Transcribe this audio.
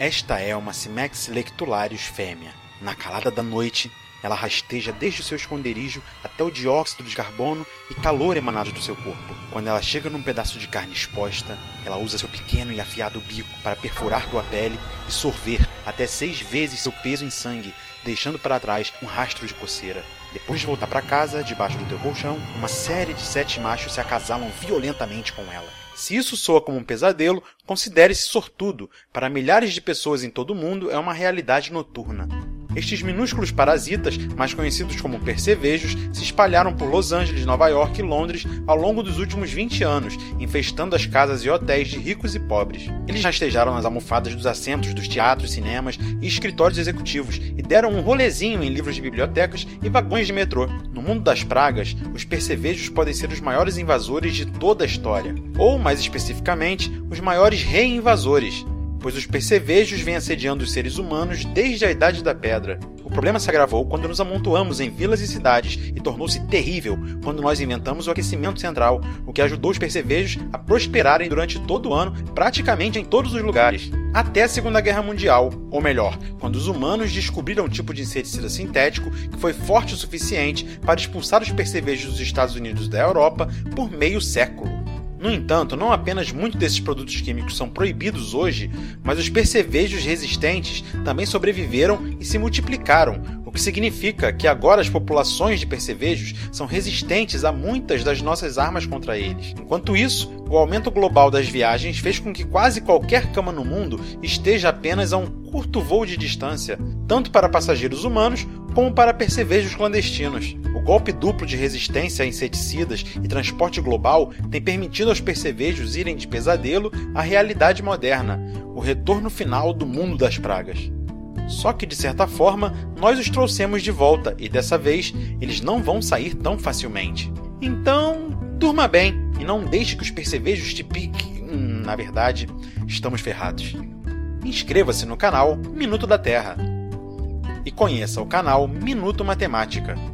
Esta é uma Cimex lectularius fêmea. Na calada da noite, ela rasteja desde o seu esconderijo até o dióxido de carbono e calor emanados do seu corpo. Quando ela chega num pedaço de carne exposta, ela usa seu pequeno e afiado bico para perfurar tua pele e sorver até 6 vezes seu peso em sangue, deixando para trás um rastro de coceira. Depois de voltar para casa, debaixo do teu colchão, uma série de 7 machos se acasalam violentamente com ela. Se isso soa como um pesadelo, considere-se sortudo. Para milhares de pessoas em todo o mundo, é uma realidade noturna. Estes minúsculos parasitas, mais conhecidos como percevejos, se espalharam por Los Angeles, Nova York e Londres ao longo dos últimos 20 anos, infestando as casas e hotéis de ricos e pobres. Eles rastejaram nas almofadas dos assentos dos teatros, cinemas e escritórios executivos e deram um rolezinho em livros de bibliotecas e vagões de metrô. No mundo das pragas, os percevejos podem ser os maiores invasores de toda a história, ou, mais especificamente, os maiores reinvasores, pois os percevejos vêm assediando os seres humanos desde a Idade da Pedra. O problema se agravou quando nos amontoamos em vilas e cidades e tornou-se terrível quando nós inventamos o aquecimento central, o que ajudou os percevejos a prosperarem durante todo o ano, praticamente em todos os lugares. Até a Segunda Guerra Mundial, ou melhor, quando os humanos descobriram um tipo de inseticida sintético que foi forte o suficiente para expulsar os percevejos dos Estados Unidos e da Europa por meio século. No entanto, não apenas muitos desses produtos químicos são proibidos hoje, mas os percevejos resistentes também sobreviveram e se multiplicaram, o que significa que agora as populações de percevejos são resistentes a muitas das nossas armas contra eles. Enquanto isso, o aumento global das viagens fez com que quase qualquer cama no mundo esteja apenas a um curto voo de distância, tanto para passageiros humanos como para percevejos clandestinos. O golpe duplo de resistência a inseticidas e transporte global tem permitido aos percevejos irem de pesadelo à realidade moderna, o retorno final do mundo das pragas. Só que, de certa forma, nós os trouxemos de volta e, dessa vez, eles não vão sair tão facilmente. Então, durma bem e não deixe que os percevejos te piquem. Na verdade, estamos ferrados. Inscreva-se no canal Minuto da Terra e conheça o canal Minuto Matemática.